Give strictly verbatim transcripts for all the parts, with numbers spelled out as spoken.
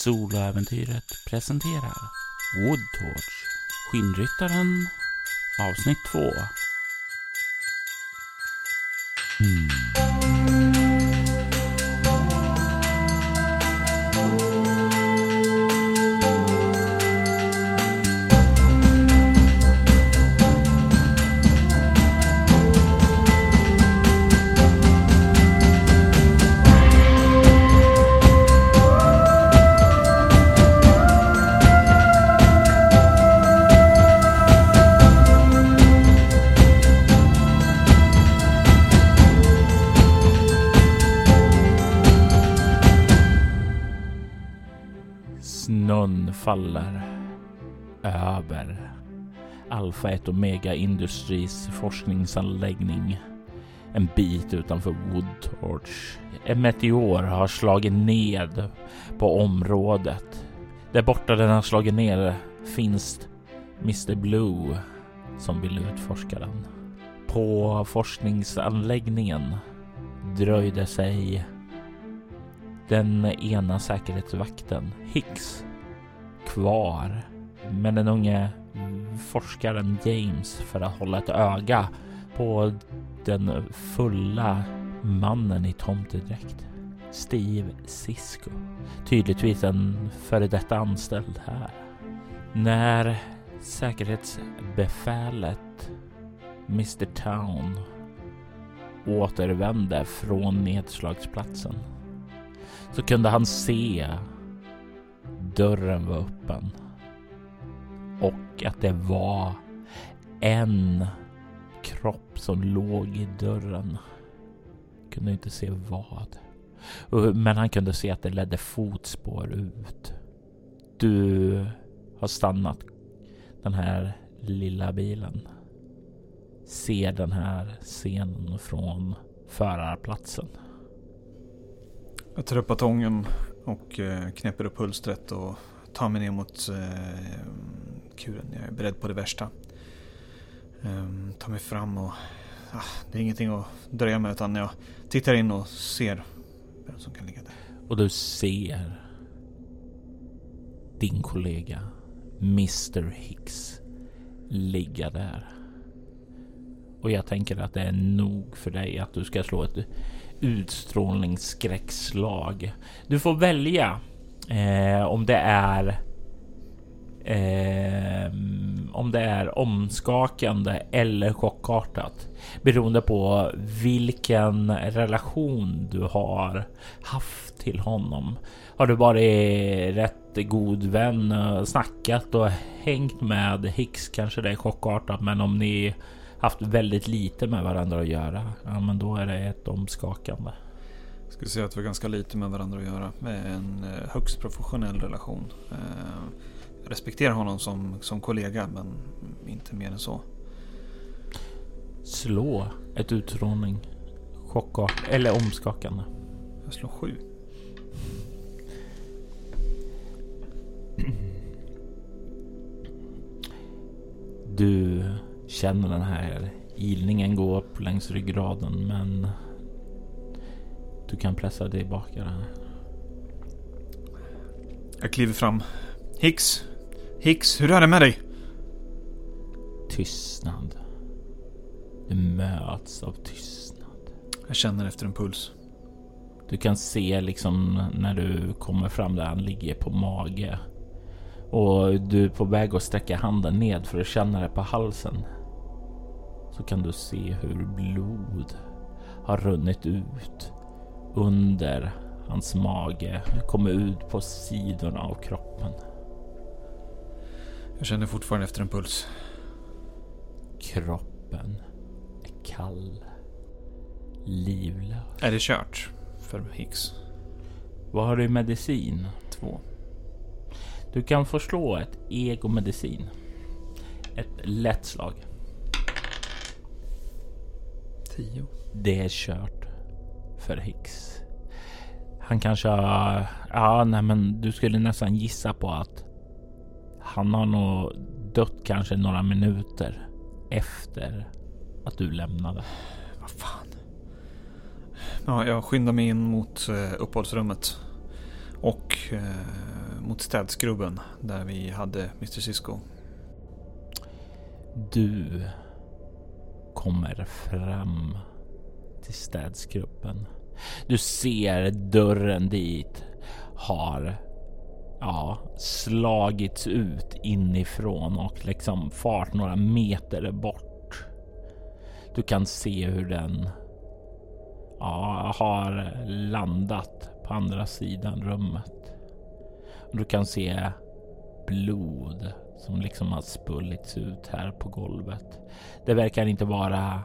Soloäventyret presenterar Woodtorch, Skinnryttaren, avsnitt två. Mm. Snön faller över Alpha ett Omega Industries forskningsanläggning en bit utanför Woodtorch. En meteor har slagit ned på området. Där borta den har slagit ner finns mister Blue som vill utforska den. På forskningsanläggningen dröjde sig den ena säkerhetsvakten, Hicks, kvar med den unge forskaren James för att hålla ett öga på den fulla mannen i tomtedräkt, Steve Sisko. Tydligtvis en före detta anställd här. När säkerhetsbefälet mister Town återvände från nedslagsplatsen så kunde han se dörren var öppen och att det var en kropp som låg i dörren. Kunde inte se vad, men han kunde se att det ledde fotspår ut. Du har stannat den här lilla bilen. Ser den här scenen från förarplatsen. Jag tar upp batongen och eh, knäpper upp pulstret och tar mig ner mot eh, kuren. Jag är beredd på det värsta. Eh, tar mig fram och ah, det är ingenting att dröja med, utan jag tittar in och ser vem som kan ligga där. Och du ser din kollega mister Hicks ligga där. Och jag tänker att det är nog för dig att du ska slå ett utstrålningsskräckslag. Du får välja eh, om det är eh, om det är omskakande eller chockartat, beroende på vilken relation du har haft till honom. Har du varit rätt god vän, snackat och hängt med Hicks, kanske det är chockartat, men om ni haft väldigt lite med varandra att göra, ja, men då är det ett omskakande. Jag skulle säga att vi har ganska lite med varandra att göra, med en högst professionell relation. Jag respekterar honom som, som kollega, men inte mer än så. Slå ett utstrålning, chockart eller omskakande. Jag slår sju. Du känner den här ilningen gå upp längs ryggraden, men du kan pressa dig tillbaka där. Jag kliver fram. Hicks, Hicks, hur är det med dig? Tystnad. Du möts av tystnad. Jag känner efter en puls. Du kan se liksom när du kommer fram där han ligger på mage. Och du är på väg att sträcka handen ned för att känna det på halsen. Så kan du se hur blod har runnit ut under hans mage. Kommer ut på sidorna av kroppen. Jag känner fortfarande efter en puls. Kroppen är kall. Livlös. Är det kört för Hicks? Vad har du i medicin? Två. Du kan få slå ett egomedicin. Ett lätt slag. Tio. Det är kört för Hicks. Han kanske har... Ja, nej, men du skulle nästan gissa på att han har nog dött kanske några minuter efter att du lämnade. Vad fan. Ja, jag skyndar mig in mot eh, uppehållsrummet och eh, mot städskrubben där vi hade mister Cisco. Du kommer fram till städskrubben. Du ser dörren dit har ja, slagits ut inifrån och liksom fart några meter bort. Du kan se hur den ja, har landat på andra sidan rummet. Och du kan se blod som liksom har spullits ut här på golvet. Det verkar inte vara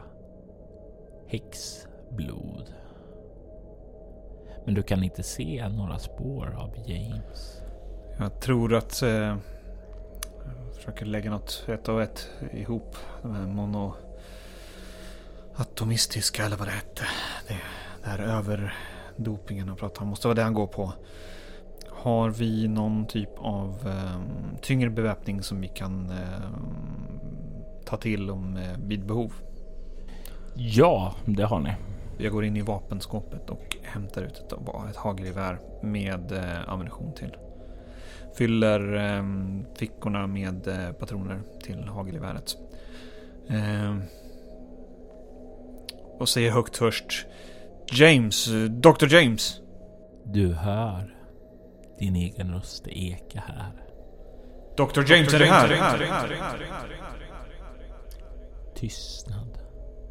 häxblod. Men du kan inte se några spår av James. Jag tror att eh, jag försöker lägga något ett av ett ihop. De här monoatomistiska eller vad det hette. Det, det här överdopingen och pratar. Måste vara det han går på. Har vi någon typ av eh, tyngre beväpning som vi kan eh, ta till om eh, vid behov? Ja, det har ni. Jag går in i vapenskåpet och hämtar ut ett, ett hagelgevär med eh, ammunition till. Fyller eh, fickorna med eh, patroner till hagelgeväret. Eh, och säger högt först: James, doktor James. Du hör din egen röst eka här. doktor James är det här. Tystnad.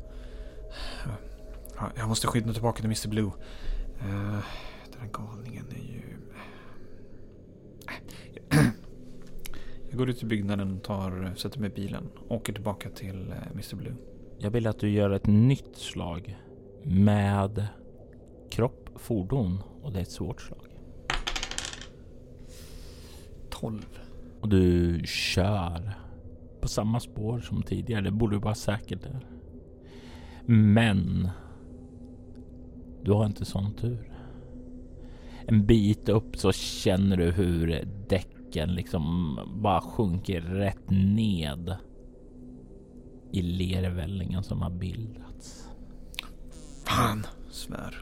Jag måste skynda tillbaka till mister Blue. Uh, den här galningen är ju... Jag går ut i byggnaden och tar, sätter mig i bilen. Åker tillbaka till uh, mister Blue. Jag vill att du gör ett nytt slag med kropp, fordon. Och det är ett svårt slag. tolv. Och du kör på samma spår som tidigare. Det borde vara säkert där. Men du har inte sån tur. En bit upp så känner du hur däcken liksom bara sjunker rätt ned i lervällingen som har bildats. Fan, svär.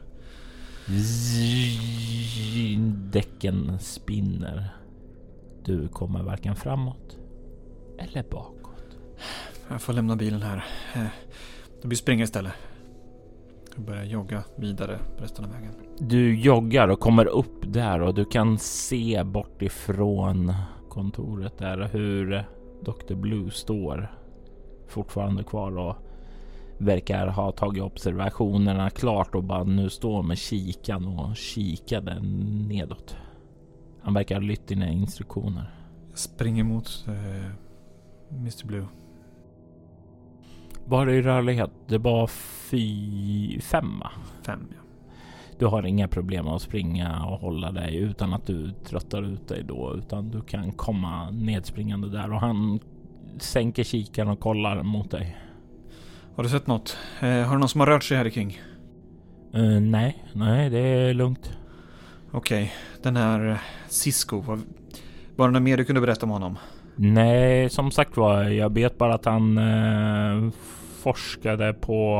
Däcken spinner. Du kommer varken framåt eller bakåt. Jag får lämna bilen här. Det blir springa istället. Jag börjar jogga vidare på resten av vägen. Du joggar och kommer upp där och du kan se bort ifrån kontoret där hur doktor Blue står fortfarande kvar och verkar ha tagit observationerna klart och bara nu står med kikan och kikade nedåt. Han verkar ha lytt dina instruktioner. Jag springer mot eh, mister Blue. Vad är det i rörlighet? Det var fy, femma. Fem, ja. Du har inga problem att springa och hålla dig utan att du tröttar ut dig då. Utan du kan komma nedspringande där. Och han sänker kikan och kollar mot dig. Har du sett något? Eh, har du någon som har rört sig här kring? Uh, nej, nej det är lugnt. Okej, okay. Den här Cisco. Var, var det något mer du kunde berätta om honom? Nej, som sagt var, jag vet bara att han eh, forskade på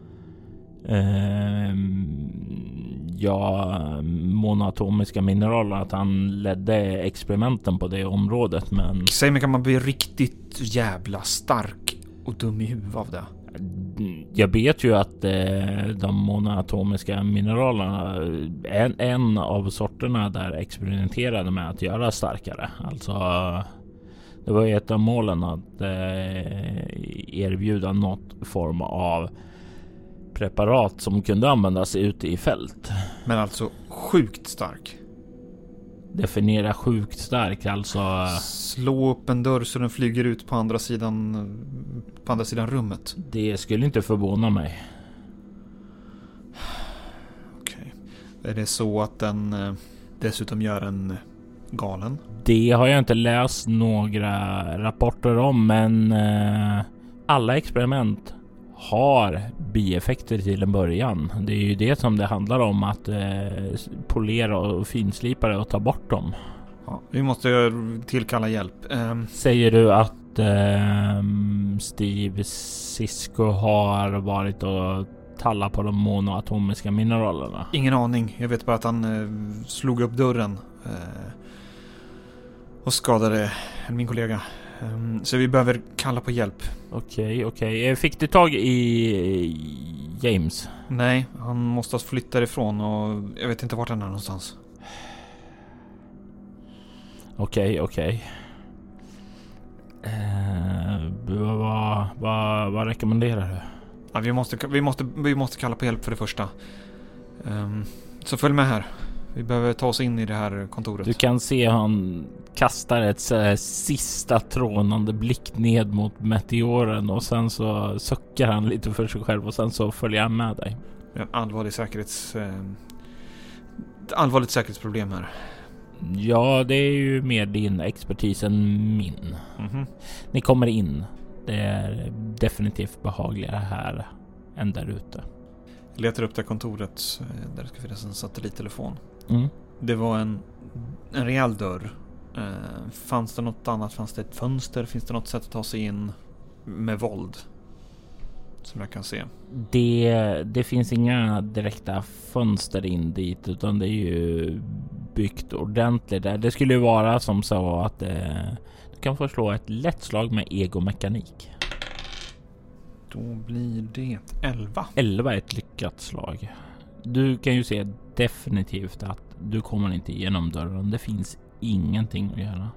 eh, ja, monoatomiska mineraler, att han ledde experimenten på det området. Men säg mig, kan man bli riktigt jävla stark och dum i huvudet av det? Jag vet ju att eh, de monoatomiska mineralerna, en, en av sorterna där experimenterade med att göra starkare. Alltså det var ju ett av målen att eh, erbjuda något form av preparat som kunde användas ute i fält. Men alltså sjukt stark? Definiera sjukt stark, alltså slå upp en dörr så den flyger ut på andra sidan på andra sidan rummet. Det skulle inte förvåna mig. Okej. Okay. Är det så att den eh, dessutom gör en galen? Det har jag inte läst några rapporter om, men eh, alla experiment har bieffekter till en början. Det är ju det som det handlar om, att eh, polera och finslipa det och ta bort dem. Ja, vi måste tillkalla hjälp. Um... Säger du att eh, Steve Cisco har varit och tallat på de monoatomiska mineralerna? Ingen aning. Jag vet bara att han eh, slog upp dörren. Eh, och skadade än min kollega. Um, så vi behöver kalla på hjälp. Okej, okej. Fick du tag i James? Nej, han måste flytta ifrån och jag vet inte vart han är någonstans. Okej, okej. Eh, vad, vad, vad rekommenderar du? Ja, vi, måste, vi, måste, vi måste kalla på hjälp för det första. Um, så följ med här. Vi behöver ta oss in i det här kontoret. Du kan se han kastar ett så här, sista trånande blick ned mot meteoren och sen så suckar han lite för sig själv och sen så följer han med dig. Det är en allvarlig säkerhets... Eh, ett allvarligt säkerhetsproblem här. Ja, det är ju mer din expertis än min. Mm-hmm. Ni kommer in. Det är definitivt behagligare här än där ute. Jag letar upp det kontoret där det ska finnas en satellittelefon. Mm. Det var en, en rejäl dörr. Eh, fanns det något annat? Fanns det ett fönster? Finns det något sätt att ta sig in med våld? Som jag kan se. Det, det finns inga direkta fönster in dit utan det är ju byggt ordentligt där. Det skulle ju vara som så att eh, du kan få slå ett lätt slag med egomekanik. Då blir det elva. elva är ett lyckat slag. Du kan ju se definitivt att du kommer inte igenom dörren. Det finns ingenting att göra.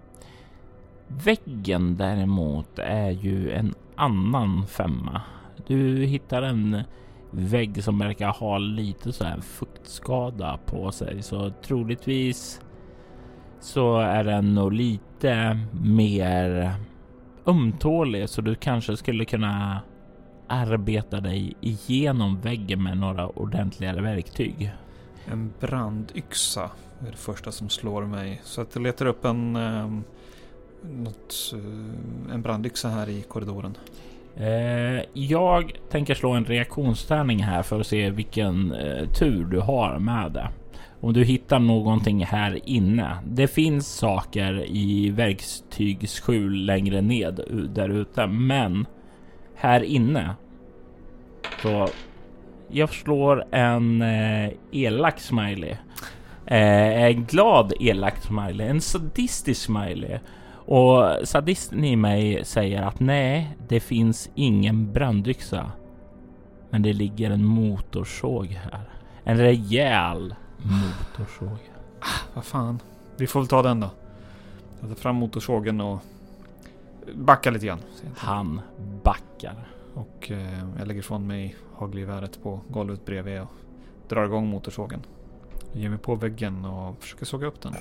Väggen däremot är ju en annan femma. Du hittar en vägg som verkar ha lite så här fuktskada på sig. Så troligtvis så är den nog lite mer ömtålig. Så du kanske skulle kunna arbeta dig igenom väggen med några ordentligare verktyg. En brandyxa är det första som slår mig. Så att jag letar upp en, um, något, uh, en brandyxa här i korridoren. Eh, jag tänker slå en reaktionstärning här för att se vilken eh, tur du har med det. Om du hittar någonting här inne. Det finns saker i verktygsskjul längre ned där ute. Men här inne så jag slår en eh, elak smiley. Eh, en glad elak smiley. En sadistisk smiley. Och sadisten i mig säger att nej, det finns ingen brandyxa. Men det ligger en motorsåg här. En rejäl motorsåg. Ah, vad fan. Vi får väl ta den då. Jag tar fram motorsågen och backar lite grann. Han backar. Och eh, jag lägger ifrån mig hagelgeväret på golvet bredvid och drar igång motorsågen. Jag ger mig på väggen och försöker såga upp den.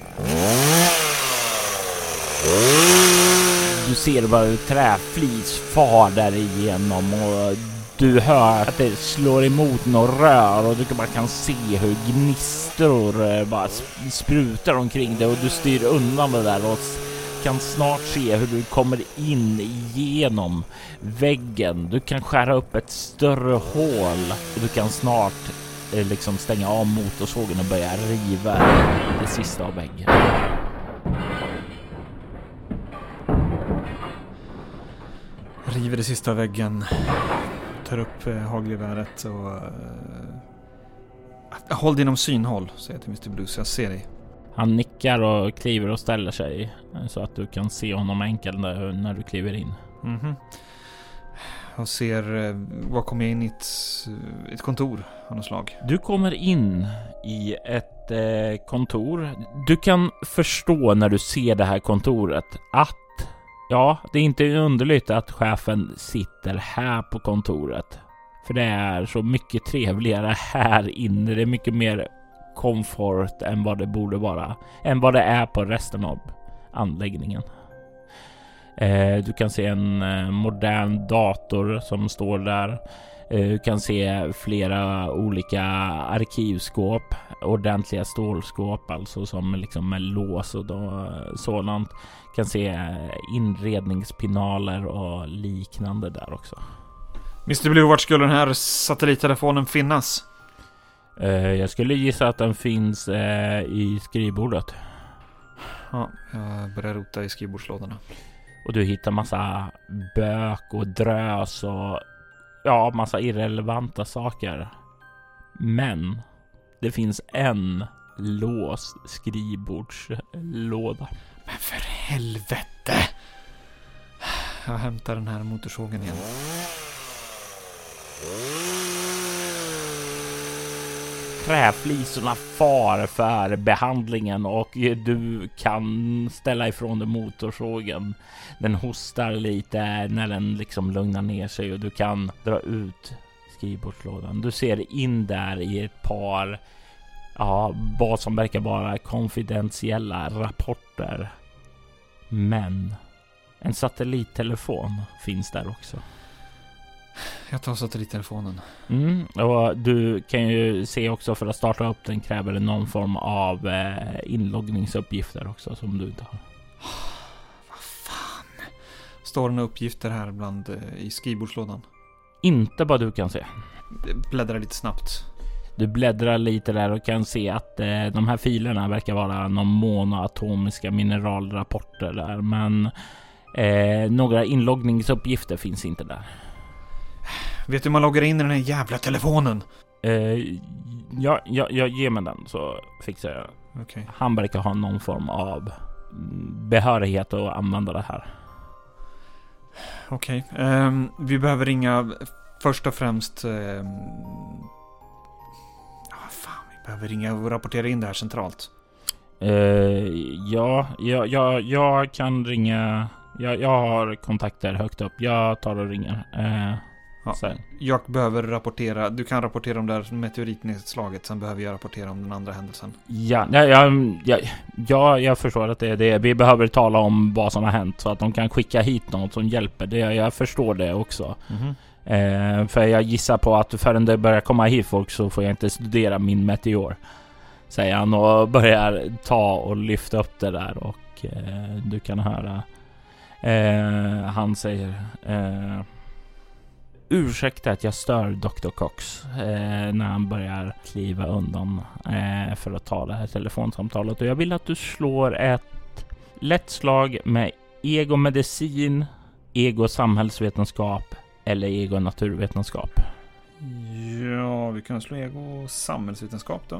Du ser bara hur träflis far där igenom och du hör att det slår emot några rör och du bara kan se hur gnistor bara sprutar omkring det och du styr undan det där och kan snart se hur du kommer in igenom väggen. Du kan skära upp ett större hål och du kan snart eh, liksom stänga av motorsågen och börja riva det sista av väggen. River det sista av väggen. Tar upp eh, hagelgeväret och eh, håll dig inom synhåll, säger jag till mister Blues. Jag ser dig. Han nickar och kliver och ställer sig så att du kan se honom enkelt när du kliver in. Mhm. Jag ser, vad kommer jag in i ett, ett kontor av något slag? Du kommer in i ett eh, kontor. Du kan förstå när du ser det här kontoret att ja, det är inte underligt att chefen sitter här på kontoret. För det är så mycket trevligare här inne. Det är mycket mer komfort än vad det borde vara. Än vad det är på resten av anläggningen. Eh, du kan se en eh, modern dator som står där. Eh, du kan se flera olika arkivskåp. Ordentliga stålskåp alltså som liksom med lås och då, sådant. Kan se inredningspinaler och liknande där också. mister Blue, vart skulle den här satellittelefonen finnas? Eh, jag skulle gissa att den finns eh, i skrivbordet. Ja, jag börjar rota i skrivbordslådorna. Och du hittar massa bök och drös och ja, massa irrelevanta saker. Men det finns en låst skrivbordslåda. Men för helvete! Jag hämtar den här motorsågen igen. Träflisorna far för behandlingen och du kan ställa ifrån dig motorsågen. Den hostar lite när den liksom lugnar ner sig och du kan dra ut skrivbordslådan. Du ser in där i ett par, ja, vad som verkar vara konfidentiella rapporter. Men en satellittelefon finns där också. Jag tar satellittelefonen. Mm, och du kan ju se också, för att starta upp den kräver det någon form av eh, inloggningsuppgifter också som du inte har. Vad fan? Står det några uppgifter här bland eh, i skrivbordslådan? Inte vad du kan se. Bläddrar lite snabbt. Du bläddrar lite där och kan se att eh, de här filerna verkar vara någon monoatomiska mineralrapporter där, men eh, några inloggningsuppgifter finns inte där. Vet du hur man loggar in i den här jävla telefonen? Eh, ja, ja, jag ger mig den så fixar jag. Okay. Han verkar ha någon form av behörighet att använda det här. Okej. Okay. Um, vi behöver ringa först och främst... Um, oh, fan, vi behöver ringa och rapportera in det här centralt. Uh, ja, ja, ja, jag kan ringa... Jag, jag har kontakter högt upp. Jag tar och ringer. Uh, Ja, jag behöver rapportera. Du kan rapportera om det här meteoritnedslaget. Sen behöver jag rapportera om den andra händelsen. Ja, ja, ja, ja, ja, jag förstår att det är det. Vi behöver tala om vad som har hänt så att de kan skicka hit något som hjälper. Det, jag förstår det också. Mm-hmm. Eh, för jag gissar på att förrän det börjar komma hit folk så får jag inte studera min meteor. Säger han och börjar ta och lyfta upp det där. Och eh, du kan höra. Eh, han säger... Eh, Ursäkta att jag stör doktor Cox eh, när han börjar kliva undan eh, för att ta det här telefonsamtalet. Och jag vill att du slår ett lätt slag med egomedicin, ego-samhällsvetenskap eller ego-naturvetenskap. Ja, vi kan slå ego-samhällsvetenskap då.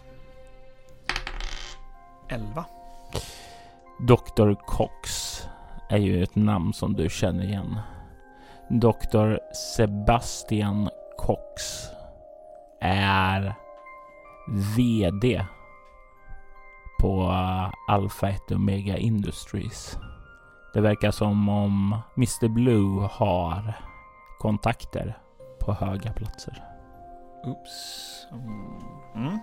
elva. doktor Cox är ju ett namn som du känner igen. doktor Sebastian Cox är V D på Alpha ett Omega Industries. Det verkar som om mister Blue har kontakter på höga platser. Oops. Mm.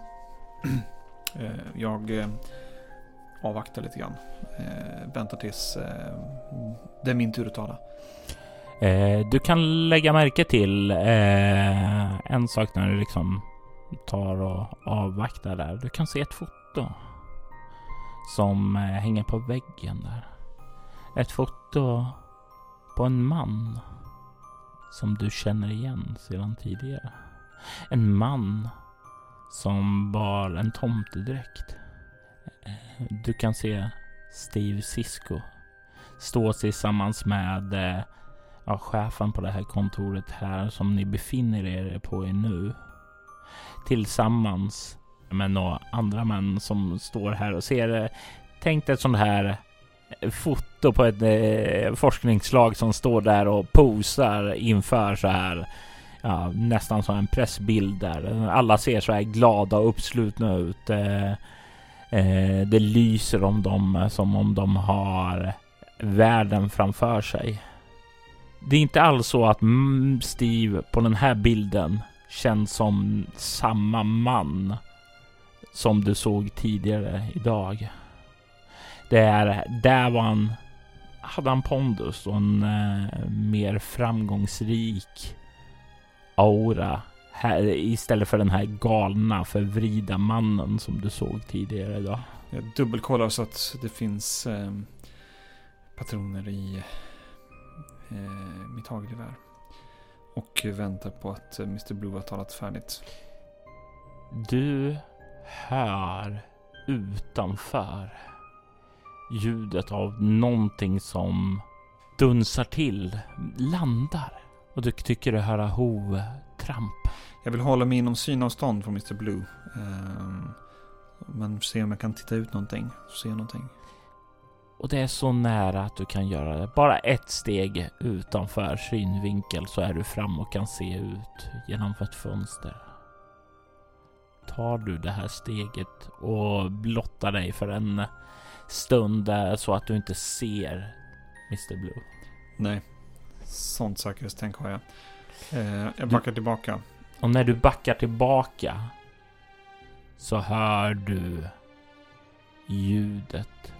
Jag avvaktar lite grann. Väntar tills det är min tur att tala. Eh, du kan lägga märke till eh, en sak när du liksom tar och avvaktar där. Du kan se ett foto som eh, hänger på väggen där. Ett foto på en man som du känner igen sedan tidigare. En man som bar en tomtedräkt. Eh, du kan se Steve Sisko stå tillsammans med eh, ja, chefen på det här kontoret här som ni befinner er på nu. Tillsammans med några andra män som står här och ser. Tänk ett sånt här foto på ett eh, forskningslag som står där och posar inför så här. Ja, nästan som en pressbild där. Alla ser så här glada och uppslutna ut. Eh, eh, det lyser om dem som om de har världen framför sig. Det är inte alls så att Steve på den här bilden känns som samma man som du såg tidigare idag. Det är där var han, hade han pondus och en eh, mer framgångsrik aura här, istället för den här galna förvrida mannen som du såg tidigare idag. Jag dubbelkollar så att det finns eh, patroner i eh, mitt hagelgevär. Och väntar på att mister Blue har talat färdigt. Du hör utanför ljudet av någonting som dunsar till, landar. Och du tycker du hör hovtramp. Jag vill hålla mig inom synavstånd från mister Blue. Um, men se om jag kan titta ut någonting. Se någonting. Och det är så nära att du kan göra det. Bara ett steg utanför synvinkel så är du fram och kan se ut genom ett fönster. Tar du det här steget och blottar dig för en stund så att du inte ser mister Blue? Nej, sånt säkerhetstänk har jag. Eh, jag backar du, tillbaka. Och när du backar tillbaka så hör du ljudet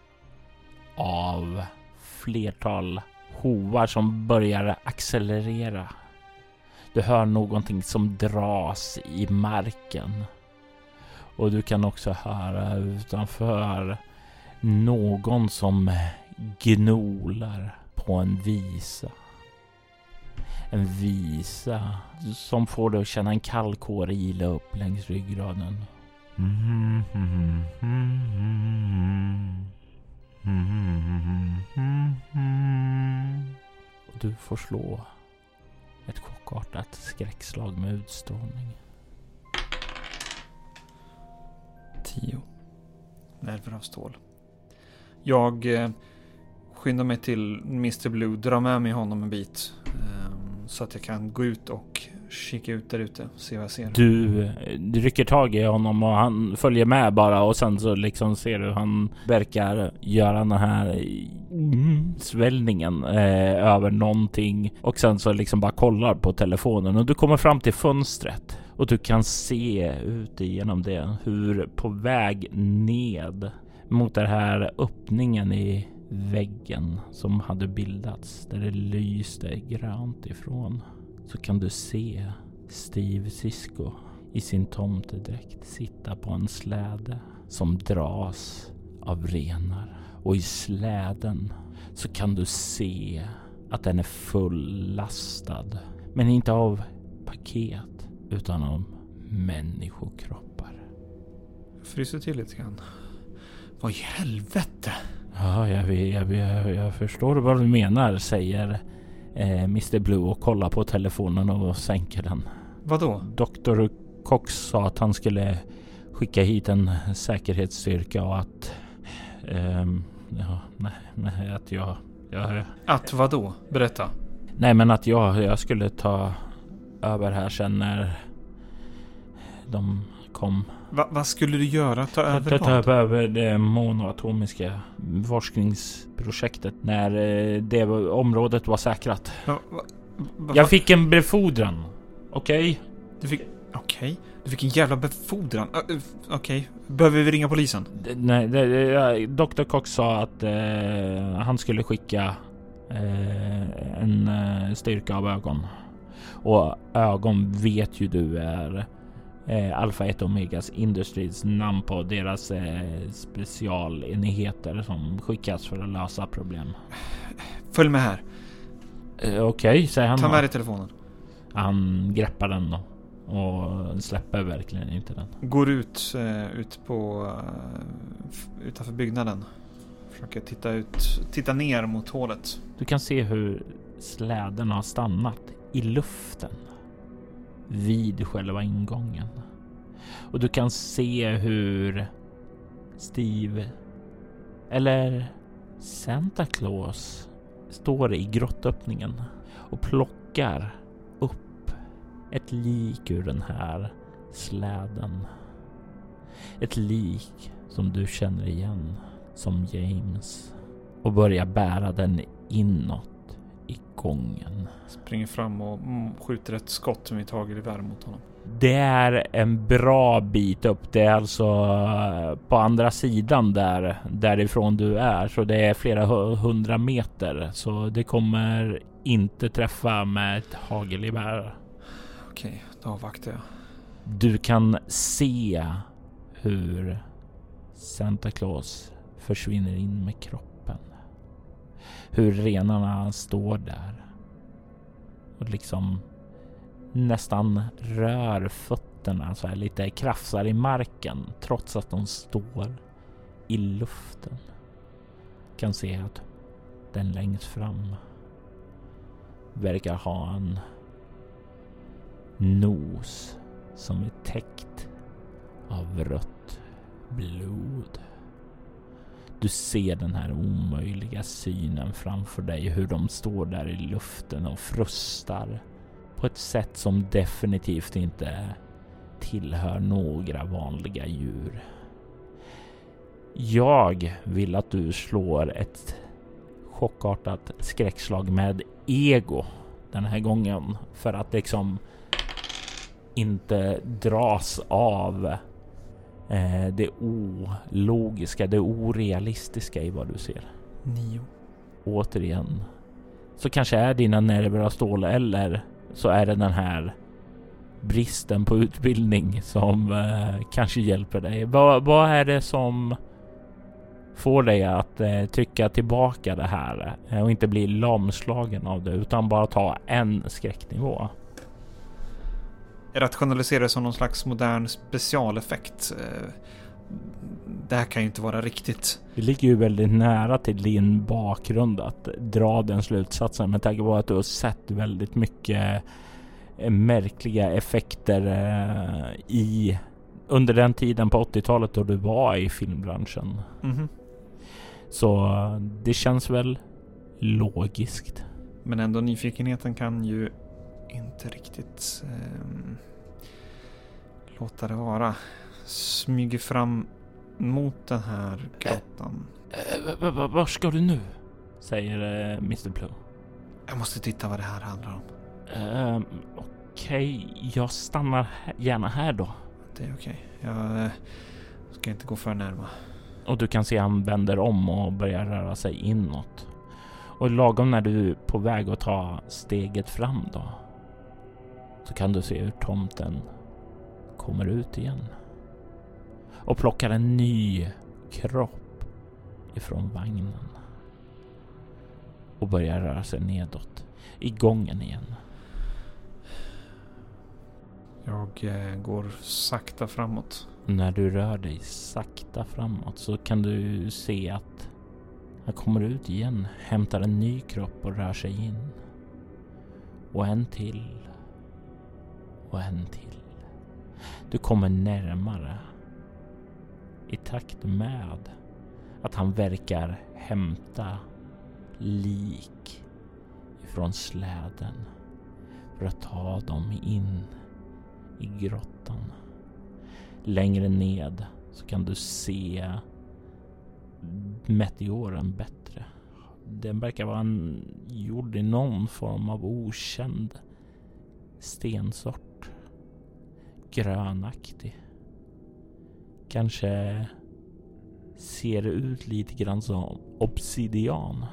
av flertal hovar som börjar accelerera. Du hör någonting som dras i marken. Och du kan också höra utanför någon som gnolar på en visa. En visa som får dig att känna en kall kår ila upp längs ryggraden. Mm, mm, mm, mm, mm, mm. Och du får slå ett chockartat skräckslag med utstrålning. Tio. Nerver av stål. Jag eh, skyndar mig till mister Blue, drar med mig honom en bit. Eh, så att jag kan gå ut och kika ut där ute, se vad jag ser. Du, du rycker tag i honom och han följer med bara, och sen så liksom ser du han verkar göra den här mm, svällningen eh, över någonting, och sen så liksom bara kollar på telefonen, och du kommer fram till fönstret och du kan se ut igenom det hur på väg ned mot den här öppningen i väggen som hade bildats där det lyste grönt ifrån, så kan du se Steve Sisko i sin tomtedräkt sitta på en släde som dras av renar. Och i släden så kan du se att den är fullastad, men inte av paket utan av människokroppar. Jag fryser till lite grann. Vad i helvete? Ja, jag, jag, jag, jag förstår vad du menar, säger eh, mister Blue och kollar på telefonen och sänker den. Vadå? doktor Cox sa att han skulle skicka hit en säkerhetsstyrka och att eh, ja, nej, nej, att jag, jag... Att vadå? Berätta. Nej, men att jag, jag skulle ta över här sen när de kom. Va, vad skulle du göra? Ta över ta, vad? ta över det monoatomiska forskningsprojektet när det området var säkrat. Va, va, va, jag fick en befordran. Okej? Okay? Du fick... Okej. Okay. Du fick en jävla befordran. Uh, uh, Okej. Okay. Behöver vi ringa polisen? D- nej, det, doktor Cox sa att eh, han skulle skicka eh, en eh, styrka av ögon. Och ögon vet ju du är eh, Alpha ett Omegas Industries namn på deras eh, specialenheter som skickas för att lösa problem. Följ med här. Eh, Okej, okay, säger han. Ta med dig telefonen. Han greppar den då och släpper verkligen inte den. Går ut uh, ut på uh, utanför byggnaden. Försöker titta ut, titta ner mot hålet. Du kan se hur släden har stannat i luften vid själva ingången. Och du kan se hur Steve eller Santa Claus står i grottöppningen och plockar upp ett lik ur den här släden. Ett lik som du känner igen som James, och börjar bära den inåt i gången. Springer fram och mm, skjuter ett skott med hagelgevär mot honom. Det är en bra bit upp. Det är alltså på andra sidan där därifrån du är, så det är flera hundra meter, så det kommer inte träffa med ett hagelgevär. Okej, då avvaktar jag. Du kan se hur Santa Claus försvinner in med kroppen. Hur renarna står där och liksom nästan rör fötterna så här, lite krafsar i marken trots att de står i luften. Kan se att den längst fram verkar ha en nos som är täckt av rött blod. Du ser den här omöjliga synen framför dig, hur de står där i luften och frustar på ett sätt som definitivt inte tillhör några vanliga djur. Jag vill att du slår ett chockartat skräckslag med ego den här gången, för att liksom inte dras av eh, det ologiska, det orealistiska i vad du ser. Nio. Återigen så kanske är dina nerver av stål, eller så är det den här bristen på utbildning som eh, kanske hjälper dig. Vad, vad är det som får dig att eh, trycka tillbaka det här eh, och inte bli lamslagen av det, utan bara ta en skräcknivå? Jag rationaliserar som någon slags modern specialeffekt. Det här kan ju inte vara riktigt. Det ligger ju väldigt nära till din bakgrund att dra den slutsatsen, med tanke på att du har sett väldigt mycket märkliga effekter i under den tiden på åttiotalet då du var i filmbranschen. Mm-hmm. Så det känns väl logiskt. Men ändå, nyfikenheten kan ju inte riktigt eh, låta det vara. Smyger fram mot den här grottan. Äh, äh, var ska du nu? Säger äh, mister Blue. Jag måste titta vad det här handlar om. Uh, Okej, okay. Jag stannar gärna här då. Det är okej. Okay. Jag äh, ska inte gå för närma. Och du kan se han vänder om och börjar röra sig inåt. Och lagom när du är på väg att ta steget fram då, så kan du se hur tomten kommer ut igen. Och plockar en ny kropp ifrån vagnen. Och börjar röra sig nedåt i gången igen. Jag eh, går sakta framåt. När du rör dig sakta framåt så kan du se att han kommer ut igen, hämtar en ny kropp och rör sig in. Och en till. Och en till. Du kommer närmare. I takt med att han verkar hämta lik ifrån släden för att ta dem in i grottan. Längre ned så kan du se meteoren bättre. Den verkar vara en gjord i någon form av okänd stensort. Grönaktig. Kanske ser det ut lite grann som obsidian.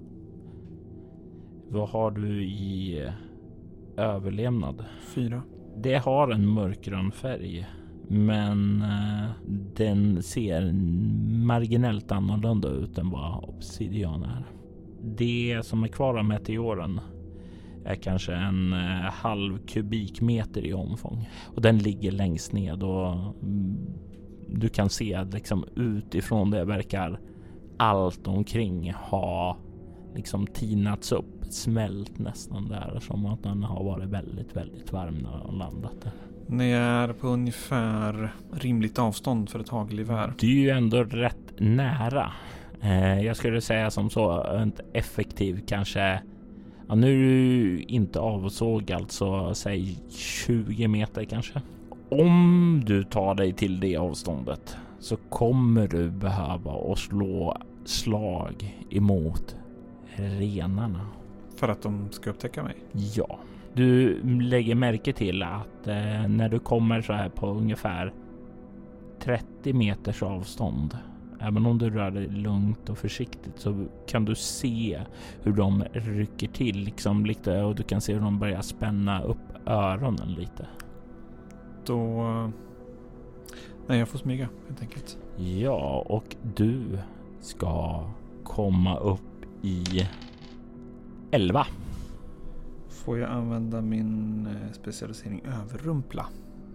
Vad har du i överlevnad? Fyra. Det har en mörkgrön färg, men eh, den ser marginellt annorlunda ut än vad obsidian är. Det som är kvar av meteoren är kanske en eh, halv kubikmeter i omfång. Och den ligger längst ned och mm, du kan se liksom utifrån det verkar allt omkring ha liksom tinats upp, smält nästan där, som att den har varit väldigt, väldigt varm när den landat där. Ni är på ungefär rimligt avstånd för ett hagelgevär. Det är ju ändå rätt nära. Eh, jag skulle säga som så, ett effektiv kanske, ja, nu är du inte avsåg, alltså säg tjugo meter kanske. Om du tar dig till det avståndet så kommer du behöva att slå slag emot renarna. För att de ska upptäcka mig? Ja. Du lägger märke till att eh, när du kommer så här på ungefär trettio meters avstånd, även om du rör dig lugnt och försiktigt, så kan du se hur de rycker till liksom lite, och du kan se hur de börjar spänna upp öronen lite. Då... Nej, jag får smyga helt enkelt. Ja, och du ska komma upp i elva. Får jag använda min specialisering överrumpla?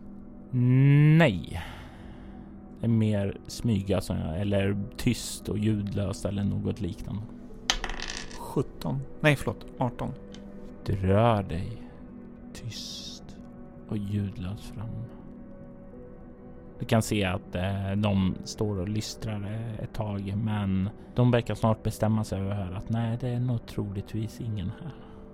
Nej. Det är mer smyga eller tyst och ljudlöst eller något liknande. sjutton. Nej, förlåt. arton. Du rör dig tyst och ljudlöst fram. Du kan se att eh, de står och lystrar ett tag, men de verkar snart bestämma sig över att nej, det är nog troligtvis ingen här.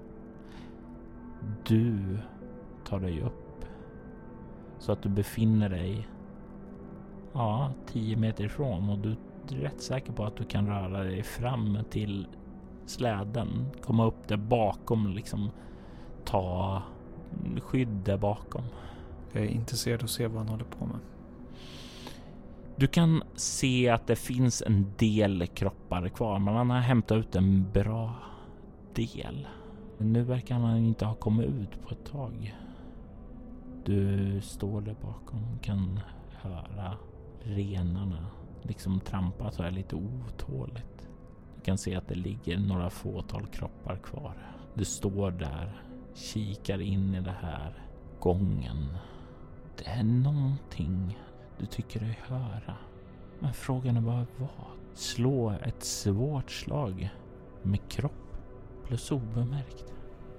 Du tar dig upp så att du befinner dig ja, tio meter ifrån, och du är rätt säker på att du kan röra dig fram till släden, komma upp där bakom, liksom ta skydd där bakom. Jag är intresserad av att se vad han håller på med. Du kan se att det finns en del kroppar kvar, men han har hämtat ut en bra del. Nu verkar han inte ha kommit ut på ett tag. Du står där bakom, kan höra renarna liksom trampa så här lite otåligt. Du kan se att det ligger några fåtal kroppar kvar. Du står där, kikar in i det här gången. Det är någonting du tycker dig höra. Men frågan är bara vad? Slå ett svårt slag med kropp plus obemärkt.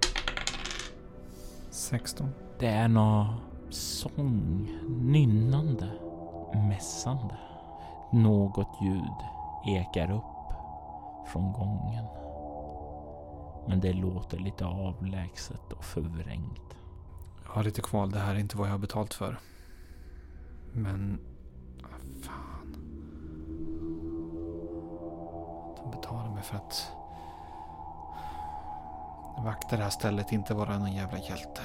sexton. Det är något sång, nynnande, mässande. Något ljud ekar upp från gången. Men det låter lite avlägset och förvrängt. Jag har lite kval, det här är inte vad jag har betalt för. Men, vad fan. De betalar mig för att vakta det här stället, inte vara någon jävla hjälte.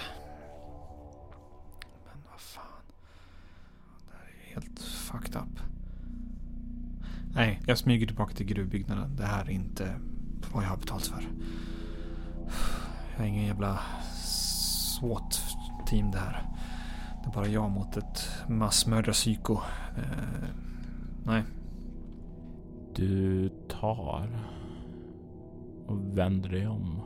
Men vad fan. Det här är helt fucked up. Nej, jag smyger tillbaka till gruvbyggnaden. Det här är inte vad jag har betalt för. Jag är ingen jävla SWAT-team det här. Det är bara jag mot ett massmördarpsyko. Eh, nej. Du tar och vänder dig om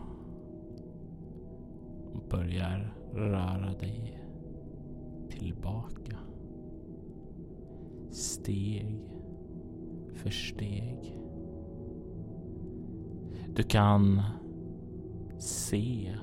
och börjar röra dig tillbaka. Steg för steg. Du kan se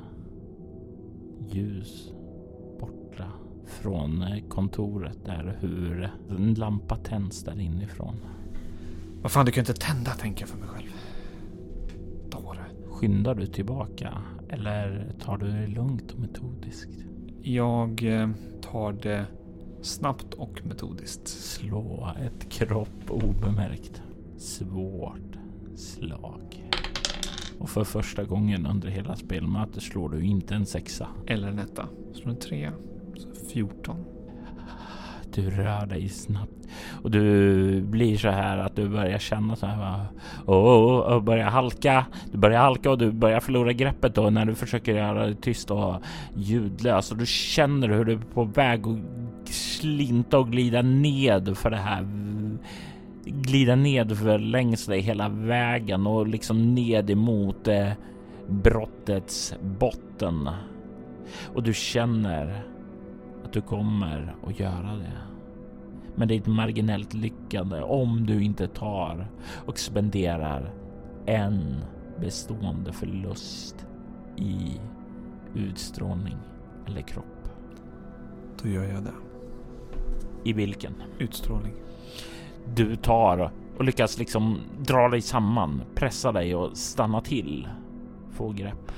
ljus borta från kontoret där, hur en lampa tänds där inifrån. Vad fan, du kan inte tända, tänker jag för mig själv. Dåre. Skyndar du tillbaka eller tar du det lugnt och metodiskt? Jag tar det snabbt och metodiskt. Slå ett kropp obemärkt. Svårt slag. Och för första gången under hela spelmötet slår du inte en sexa. Eller en etta. Slår en trea. Så fjorton. Du rör dig snabbt. Och du blir så här att du börjar känna så här. Och, och börjar halka. Du börjar halka och du börjar förlora greppet då när du försöker göra det tyst och ljudlös. Och du känner hur du är på väg att slinta och glida ned för det här. Glida ned för längs dig hela vägen och liksom ned emot eh, brottets botten. Och du känner att du kommer att göra det. Men det är ett marginellt lyckande om du inte tar och spenderar en bestående förlust i utstrålning eller kropp. Då gör jag det. I vilken? Utstrålning. Du tar och lyckas liksom dra dig samman, pressa dig och stanna till. Få grepp.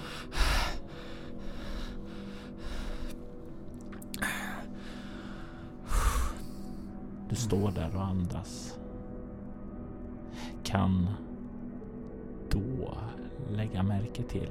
Du står där och andas. Kan då lägga märke till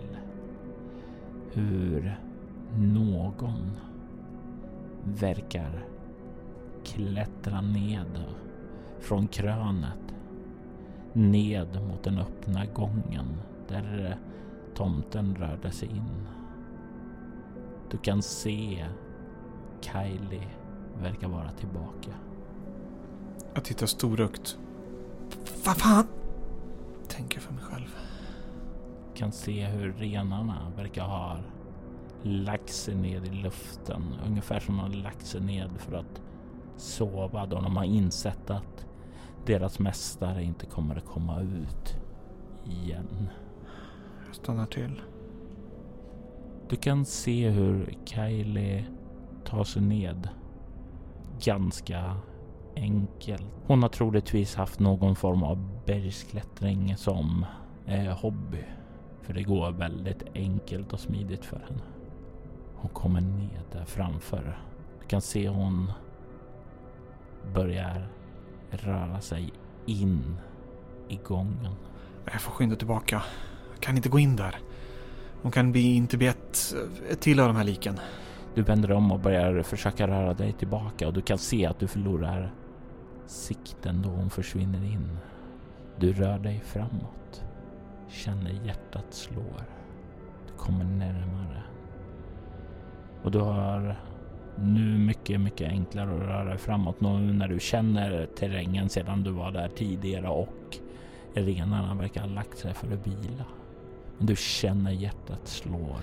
hur någon verkar klättra ned från krönet ned mot den öppna gången där tomten rörde sig in. Du kan se Kylie verkar vara tillbaka. Jag tittar storögt. Vad fan? Tänker för mig själv. Kan se hur renarna verkar ha lagt sig ned i luften. Ungefär som de har lagt sig ned för att sova då de har insett att deras mästare inte kommer att komma ut igen. Jag stannar till. Du kan se hur Kylie tar sig ned ganska enkelt. Hon har troligtvis haft någon form av bergsklättring som eh, hobby. För det går väldigt enkelt och smidigt för henne. Hon kommer ner där framför. Du kan se hon börjar röra sig in i gången. Jag får skynda tillbaka. Jag kan inte gå in där. Hon kan bli inte bli ett, ett till av de här liken. Du vänder om och börjar försöka röra dig tillbaka och du kan se att du förlorar sikten då hon försvinner in. Du rör dig framåt. Känner hjärtat slår. Du kommer närmare. Och du har nu mycket, mycket enklare att röra dig framåt nu när du känner terrängen sedan du var där tidigare och renarna verkar ha lagt sig för att vila. Men du känner hjärtat slår.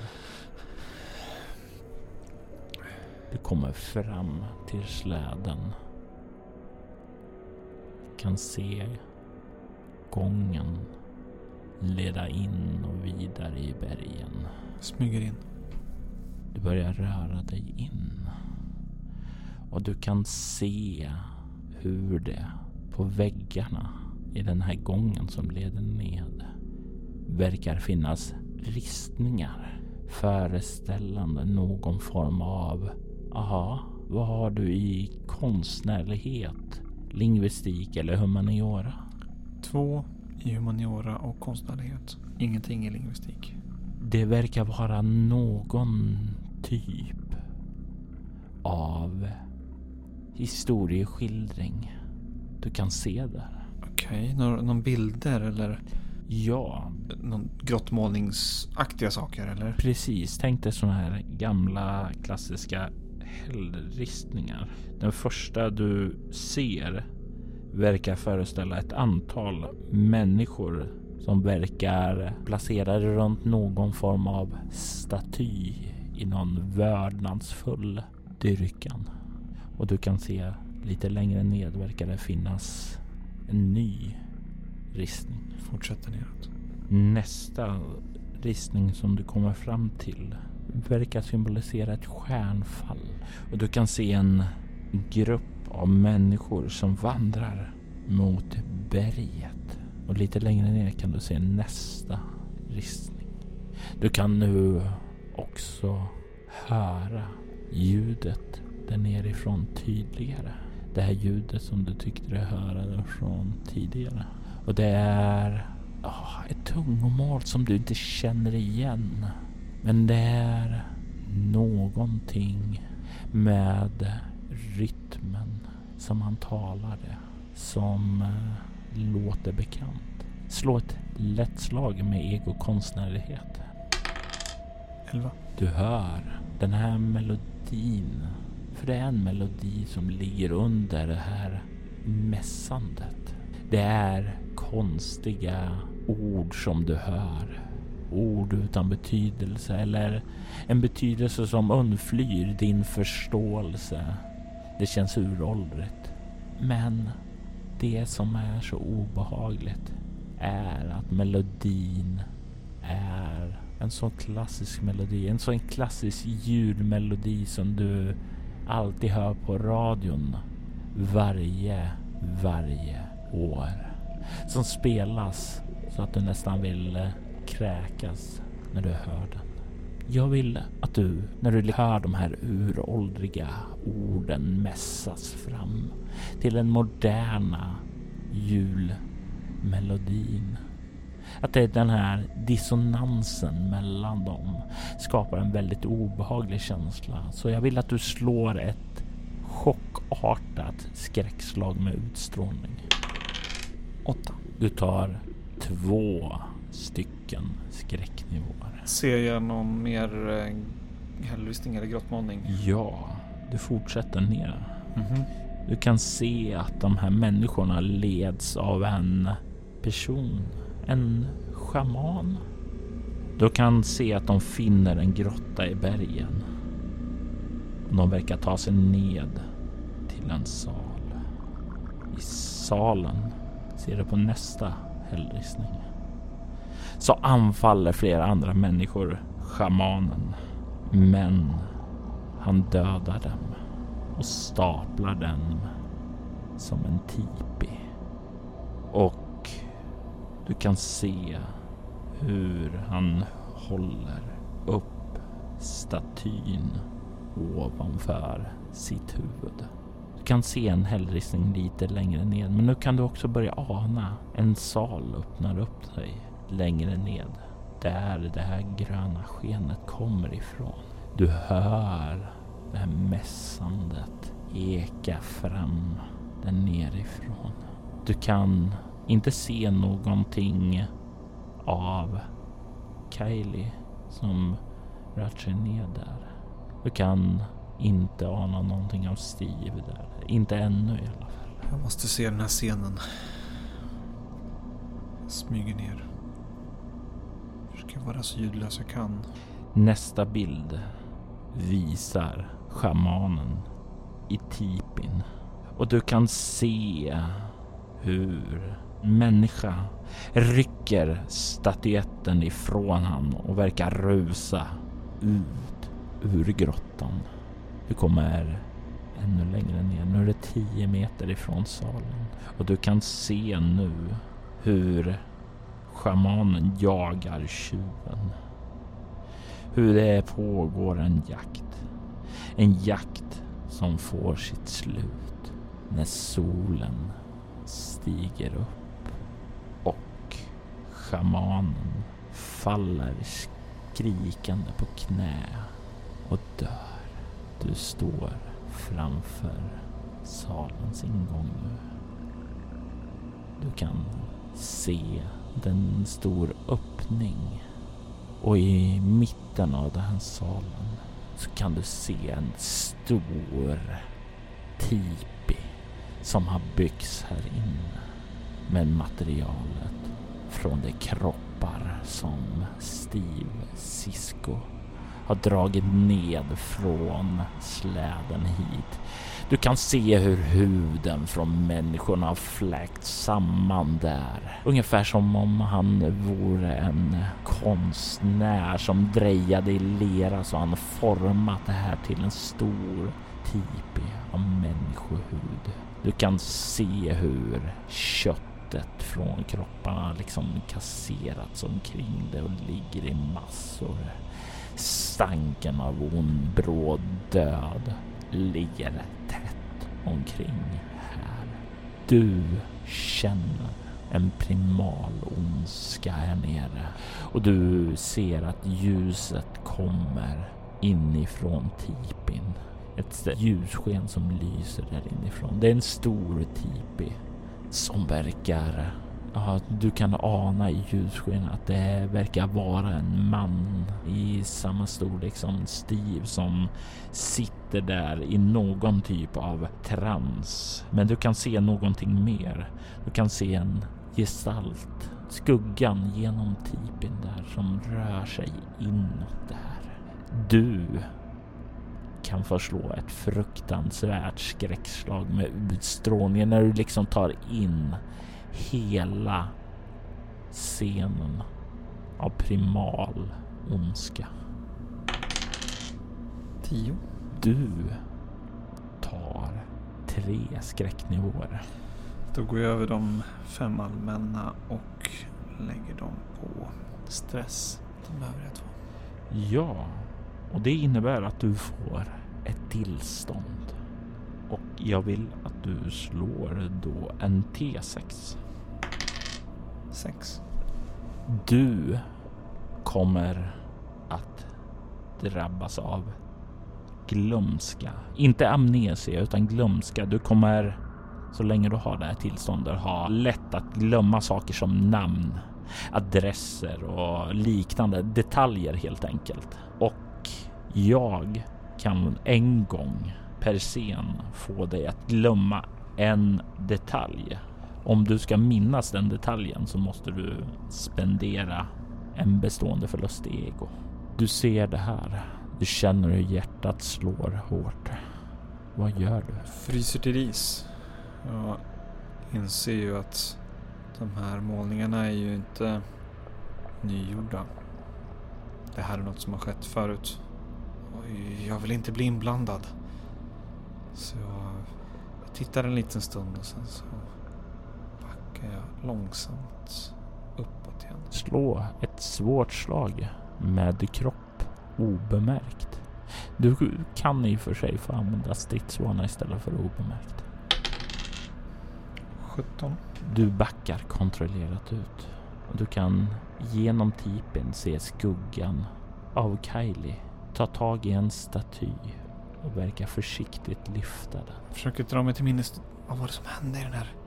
Du kommer fram till släden. Du kan se gången leda in och vidare i bergen. Smyger in. Du börjar röra dig in. Och du kan se hur det på väggarna i den här gången som leder ned verkar finnas ristningar föreställande någon form av aha, vad har du i konstnärlighet, lingvistik eller humaniora? Två i humaniora och konstnärlighet. Ingenting i lingvistik. Det verkar vara någon typ av historieskildring du kan se där. Okej, någon, någon bilder eller? Ja. Någon grottmålningsaktiga saker eller? Precis, tänk dig sådana här gamla klassiska hällristningar. Den första du ser verkar föreställa ett antal människor som verkar placerade runt någon form av staty i någon vördnadsfull dyrkan. Och du kan se lite längre ned verkar det finnas en ny ristning. Fortsätter neråt. Nästa ristning som du kommer fram till verkar symbolisera ett stjärnfall. Och du kan se en grupp av människor som vandrar mot berget. Och lite längre ner kan du se nästa ristning. Du kan nu också höra ljudet där nerifrån tydligare. Det här ljudet som du tyckte du hörde från tidigare. Och det är oh, ett tungomål som du inte känner igen. Men det är någonting med rytmen som han talade som uh, låter bekant. Slå ett lätt slag med egokonstnärlighet. Elva. Du hör den här melodin. För det är en melodi som ligger under det här mässandet. Det är konstiga ord som du hör. Ord utan betydelse eller en betydelse som undflyr din förståelse. Det känns uråldrigt. Men det som är så obehagligt är att melodin är en sån klassisk melodi. En sån klassisk julmelodi som du alltid hör på radion varje, varje år. Som spelas så att du nästan vill kräkas när du hör den. Jag vill att du, när du hör de här uråldriga orden mässas fram till den moderna julmelodin. Att det är den här dissonansen mellan dem skapar en väldigt obehaglig känsla. Så jag vill att du slår ett chockartat skräckslag med utstrålning. Åtta. Du tar två stycken skräcknivåer. Ser jag någon mer eh, hällristning eller grottmålning? Ja, du fortsätter ner. Mm-hmm. Du kan se att de här människorna leds av en person. En schaman. Du kan se att de finner en grotta i bergen. De verkar ta sig ned till en sal. I salen ser du på nästa hällristning. Så anfaller flera andra människor schamanen. Men han dödar dem och staplar dem som en tipi. Och du kan se hur han håller upp statyn ovanför sitt huvud. Du kan se en hällristning lite längre ned, men nu kan du också börja ana en sal öppnar upp sig längre ned. Där det här gröna skenet kommer ifrån. Du hör det här mässandet eka fram där nerifrån. Du kan inte se någonting av Kylie som rör sig ner där. Du kan inte ana någonting av Steve där. Inte ännu i alla fall. Jag måste se den här scenen. Jag smyger ner. Försöker vara så ljudlös jag kan. Nästa bild visar schamanen i tipin. Och du kan se hur människa rycker statyetten ifrån han och verkar rusa ut ur grottan. Du kommer ännu längre ner. Nu är det tio meter ifrån salen. Och du kan se nu hur schamanen jagar tjuven. Hur det pågår en jakt. En jakt som får sitt slut när solen stiger upp och schamanen faller skrikande på knä och dör. Du står framför salens ingång nu. Du kan se den stor öppning och i mitten av den här salen så kan du se en stor tipi som har byggts här inne med materialet från de kroppar som Steve Cisco har dragit ned från släden hit. Du kan se hur huden från människorna har fläkt samman där. Ungefär som om han vore en konstnär som drejade i lera, så han format det här till en stor tipi av människohud. Du kan se hur köttet från kropparna liksom kasserats omkring det och ligger i massor. Stanken av ond bråd död ligger tätt omkring här. Du känner en primal ondska här nere och du ser att ljuset kommer inifrån tipin. Ett ljussken som lyser där inifrån. Det är en stor tipi som verkar... Ja, du kan ana i ljussken att det verkar vara en man i samma storlek som Steve som sitter där i någon typ av trans. Men du kan se någonting mer. Du kan se en gestalt, skuggan genom tipin där som rör sig inåt där. Du kan förslå ett fruktansvärt skräckslag med utstrålningen när du liksom tar in hela scenen av primal ondska. Tio. Du tar tre skräcknivåer. Då går jag över de fem allmänna och lägger dem på stress. De övriga två. Ja, och det innebär att du får ett tillstånd. Och jag vill att du slår då en T sex. Sex. Du kommer att drabbas av glömska. Inte amnesia utan glömska. Du kommer, så länge du har det här tillståndet, ha lätt att glömma saker som namn, adresser och liknande detaljer helt enkelt. Och jag kan en gång per scen få dig att glömma en detalj. Om du ska minnas den detaljen så måste du spendera en bestående förlust i ego. Du ser det här. Du känner hur hjärtat slår hårt. Vad gör du? Fryser till is. Jag inser ju att de här målningarna är ju inte nygjorda. Det här är något som har skett förut. Och jag vill inte bli inblandad. Så jag tittar en liten stund och sen så backar jag långsamt uppåt igen. Slå ett svårt slag med kropp obemärkt. Du kan i och för sig få använda stridsvana istället för obemärkt. sjutton. Du backar kontrollerat ut. Och du kan genom tipen se skuggan av Kylie ta tag i en staty och verkar försiktigt lyfta den. Jag försöker dra mig till minnes. Vad var det som hände i den här?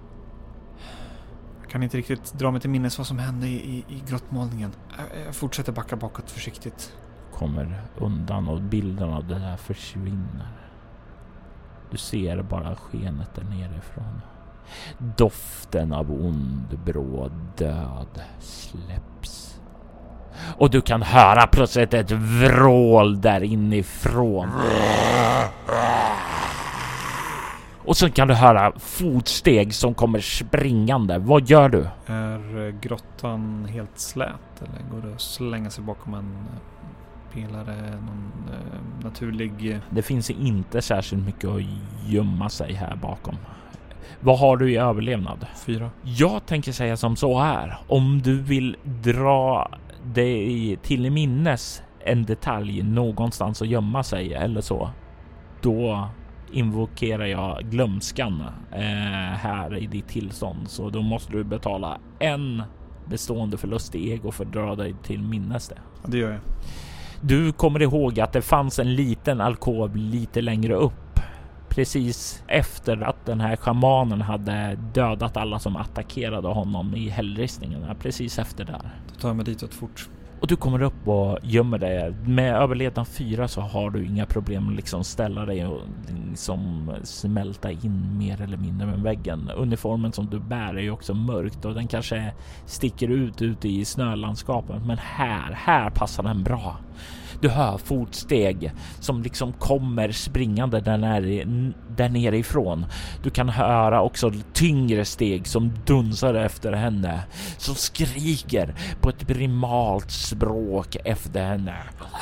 Jag kan inte riktigt dra mig till minnes vad som hände i, i, i grottmålningen. Jag, jag fortsätter backa bakåt försiktigt. Kommer undan och bilden av det där försvinner. Du ser bara skenet där nerifrån. Doften av ond bråd död släpps. Och du kan höra plötsligt ett vrål där inifrån. Och sen kan du höra fotsteg som kommer springande. Vad gör du? Är grottan helt slät eller går det att slänga sig bakom en pelare, någon eh, naturlig... Det finns inte särskilt mycket att gömma sig här bakom. Vad har du i överlevnad? Fyra. Jag tänker säga som så här. Om du vill dra dig till minnes en detalj någonstans att gömma sig eller så, då invokerar jag glömskan eh, här i ditt tillstånd. Så då måste du betala en bestående förlust i ego för att dra dig till minnes det. Ja, det gör jag. Du kommer ihåg att det fanns en liten alkov lite längre upp. Precis efter att den här shamanen hade dödat alla som attackerade honom i hällristningarna. Precis efter där. Då tar jag mig ditåt fort. Och du kommer upp och gömmer dig. Med överlevnad fyra så har du inga problem att liksom ställa dig och liksom smälta in mer eller mindre med väggen. Uniformen som du bär är ju också mörkt och den kanske sticker ut ute i snölandskapet. Men här, här passar den bra. Du hör fotsteg som liksom kommer springande där nere, där nere ifrån. Du kan höra också tyngre steg som dunsar efter henne. Som skriker på ett primalt språk efter henne.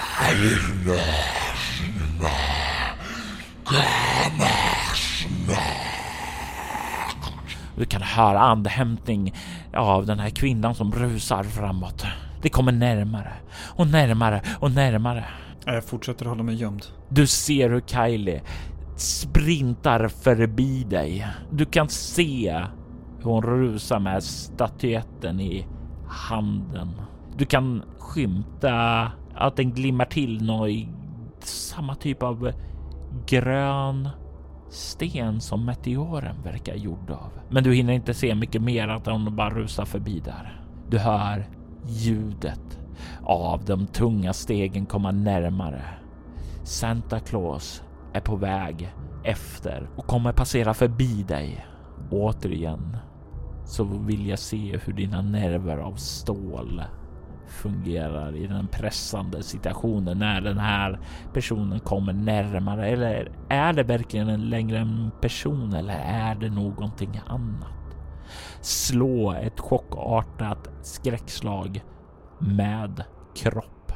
Du kan höra andhämtning av den här kvinnan som rusar framåt. Det kommer närmare och närmare och närmare. Jag fortsätter hålla mig gömd. Du ser hur Kylie sprintar förbi dig. Du kan se hur hon rusar med statyetten i handen. Du kan skymta att den glimmar till något i samma typ av grön sten som meteoren verkar gjord av. Men du hinner inte se mycket mer att hon bara rusar förbi där. Du hör ljudet av de tunga stegen komma närmare. Santa Claus är på väg efter och kommer passera förbi dig. Återigen så vill jag se hur dina nerver av stål fungerar i den pressande situationen när den här personen kommer närmare. Eller är det verkligen en längre en person eller är det någonting annat? Slå ett chockartat skräckslag med kropp.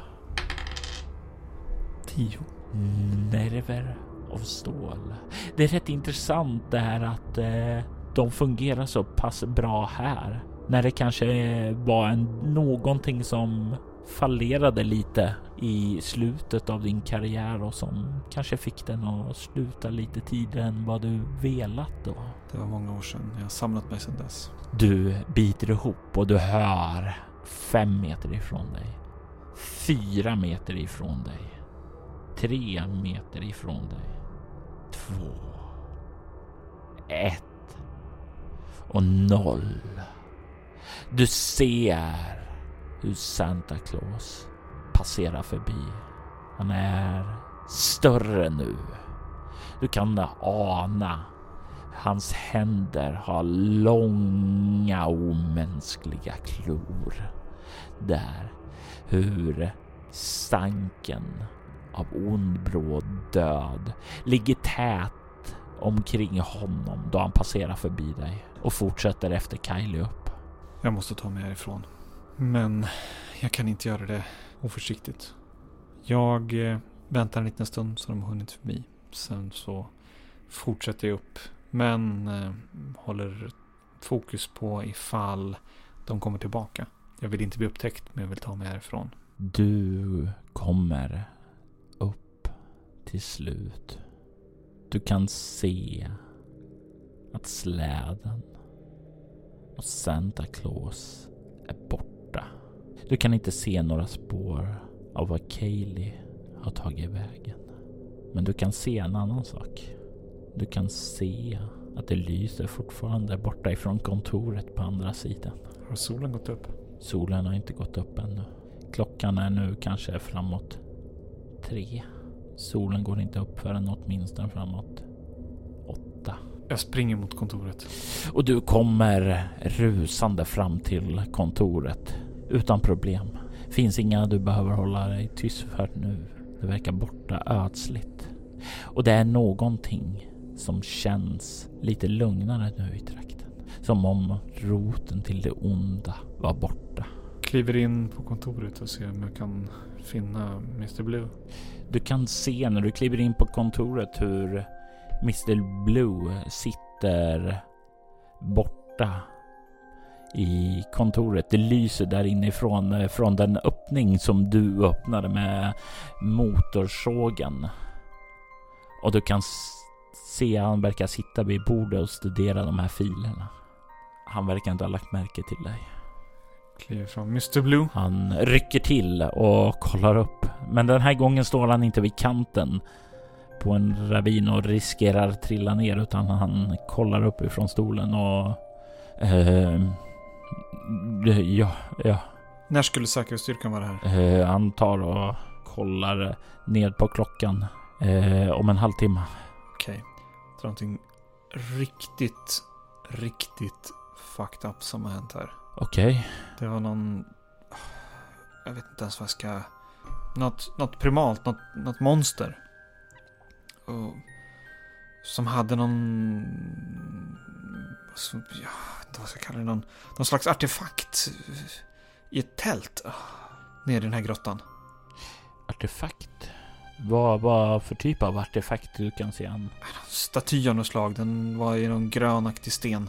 Tio. Nerver av stål. Det är rätt intressant det här att eh, de fungerar så pass bra här. När det kanske var en, någonting som fallerade lite i slutet av din karriär och som kanske fick den att sluta lite tidigare än vad du velat då. Det var många år sedan. Jag har samlat mig sedan dess. Du biter ihop och du hör fem meter ifrån dig. Fyra meter ifrån dig. Tre meter ifrån dig. Två. Ett. Och noll. Du ser hur Santa Claus passerar förbi. Han är större nu. Du kan ana. Hans händer har långa omänskliga klor. Där hur stanken av ond bråd död ligger tät omkring honom då han passerar förbi dig och fortsätter efter Kylie upp. Jag måste ta mig härifrån. Men jag kan inte göra det oförsiktigt. Jag eh, väntar en liten stund så de har hunnit förbi. Sen så fortsätter jag upp Men eh, håller fokus på ifall de kommer tillbaka. Jag vill inte bli upptäckt, men jag vill ta mig härifrån. Du kommer upp till slut. Du kan se att släden och Santa Claus är borta. Du kan inte se några spår av vad Kaylee har tagit vägen. Men du kan se en annan sak. Du kan se att det lyser fortfarande borta ifrån kontoret på andra sidan. Har solen gått upp? Solen har inte gått upp ännu. Klockan är nu kanske framåt tre. Solen går inte upp förrän åtminstone framåt åtta. Jag springer mot kontoret. Och du kommer rusande fram till kontoret utan problem. Finns inga du behöver hålla dig tyst för nu. Det verkar borta ödsligt. Och det är någonting som känns lite lugnare nu i trakten. Som om roten till det onda var borta. Kliver in på kontoret och ser om jag kan finna mister Blue. Du kan se när du kliver in på kontoret hur mister Blue sitter borta i kontoret. Det lyser där inifrån från den öppning som du öppnade med motorsågen. Och du kan se att han verkar sitta vid bordet och studera de här filerna. Han verkar inte ha lagt märke till dig. Kliver fram. mister Blue. Han rycker till och kollar upp. Men den här gången står han inte vid kanten på en ravin och riskerar att trilla ner, utan han kollar upp ifrån stolen och eh, ja, ja. När skulle säkerhetsstyrkan vara här? Eh, han tar och kollar ned på klockan eh, om en halvtimme. Okej. Okay. Det är någonting riktigt, riktigt fucked up som har hänt här. Okej. Okay. Det var någon... Jag vet inte ens vad jag ska... Något, något primalt, något, något monster. Och, som hade någon... Som, ja, vad ska jag kalla det? Någon, någon slags artefakt i ett tält nere i den här grottan. Artefakt? Vad, vad för typ av artefakt du kan se an? Staty av något slag. Den var i någon grönaktig sten.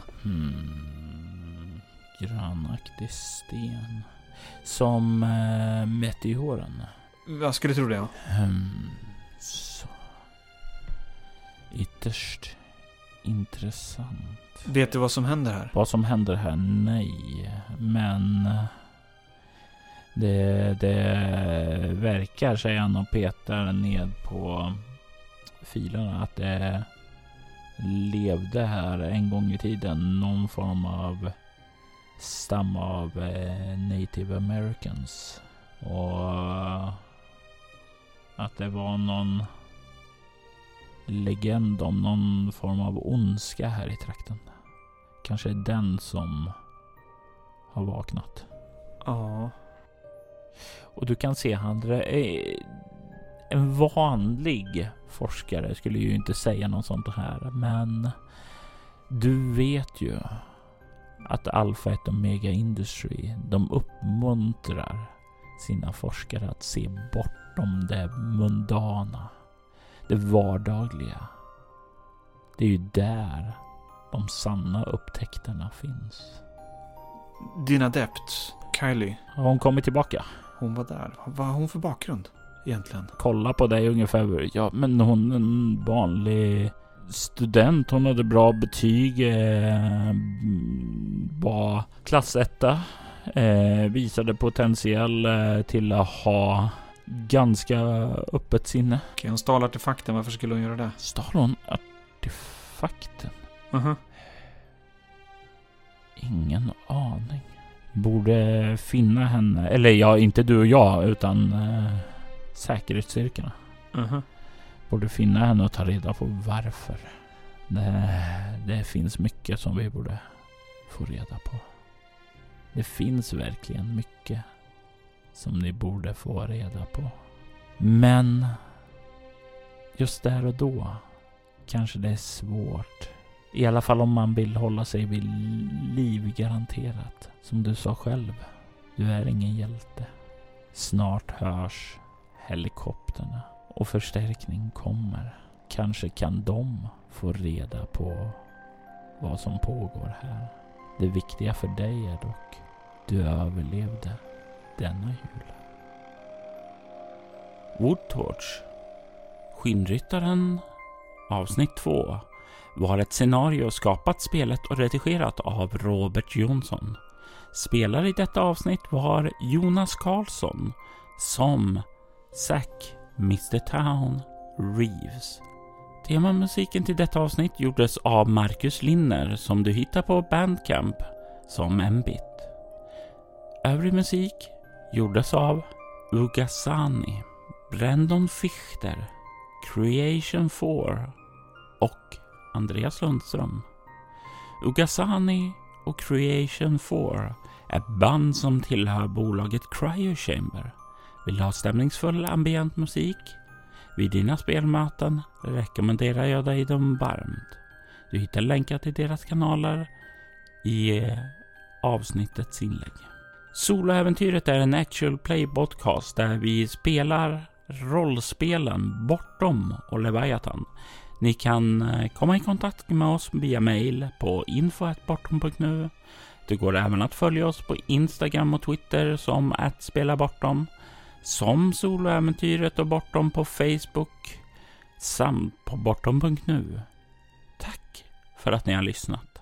Hmm. Grönaktig sten. Som äh, meteoren. Jag skulle tro det, ja. Hmm. Så. Ytterst intressant. Vet du vad som händer här? Vad som händer här? Nej. Men det, det verkar, säger han och petar ned på filerna, att det levde här en gång i tiden någon form av stam av eh, Native Americans. Och att det var någon legend om någon form av ondska här i trakten. Kanske den som har vaknat. Ja. Och du kan se han, en vanlig forskare skulle ju inte säga något sånt här, men du vet ju att Alpha ett Omega Industry, de uppmuntrar sina forskare att se bortom det mundana, det vardagliga. Det är ju där de sanna upptäckterna finns. Din adept, Kylie. Har hon kommit tillbaka? Hon var där. Vad har hon för bakgrund egentligen? Kolla på dig ungefär. Ja, men hon är en vanlig student. Hon hade bra betyg. Eh, var klassetta. Eh, visade potential eh, till att ha ganska öppet sinne. Okej, hon stal artefakten. Varför skulle hon göra det? Stal hon artefakten? Uh-huh. Ingen aning. Borde finna henne. Eller ja, inte du och jag, utan eh, säkerhetsstyrkorna. Uh-huh. Borde finna henne och ta reda på varför. Det, det finns mycket som vi borde få reda på. Det finns verkligen mycket som ni borde få reda på. Men just där och då kanske det är svårt. I alla fall om man vill hålla sig vid liv garanterat. Som du sa själv, du är ingen hjälte. Snart hörs helikopterna och förstärkning kommer. Kanske kan de få reda på vad som pågår här. Det viktiga för dig är dock, du överlevde denna jul. Woodtorch, Skinnryttaren, avsnitt två, var ett scenario skapat, spelet och redigerat av Robert Jonsson. Spelare i detta avsnitt var Jonas Karlsson som Zack mister Town Reeves. Temamusiken till detta avsnitt gjordes av Marcus Linner som du hittar på Bandcamp som en bit. Övrig musik gjordes av Ugasani, Brandon Fichter, Creation four och Andreas Lundström. Ugasani och Creation four är band som tillhör bolaget Cryo Chamber. Vill du ha stämningsfull ambient musik vid dina spelmöten rekommenderar jag dig dem varmt. Du hittar länkar till deras kanaler i avsnittets inlägg. Soloäventyret är en actual play podcast där vi spelar rollspelen Bortom och Leviathan. Ni kan komma i kontakt med oss via mail på info at bortom punkt nu. Det går även att följa oss på Instagram och Twitter som att spela bortom, som Soloäventyret och Bortom på Facebook samt på bortom punkt nu. Tack för att ni har lyssnat.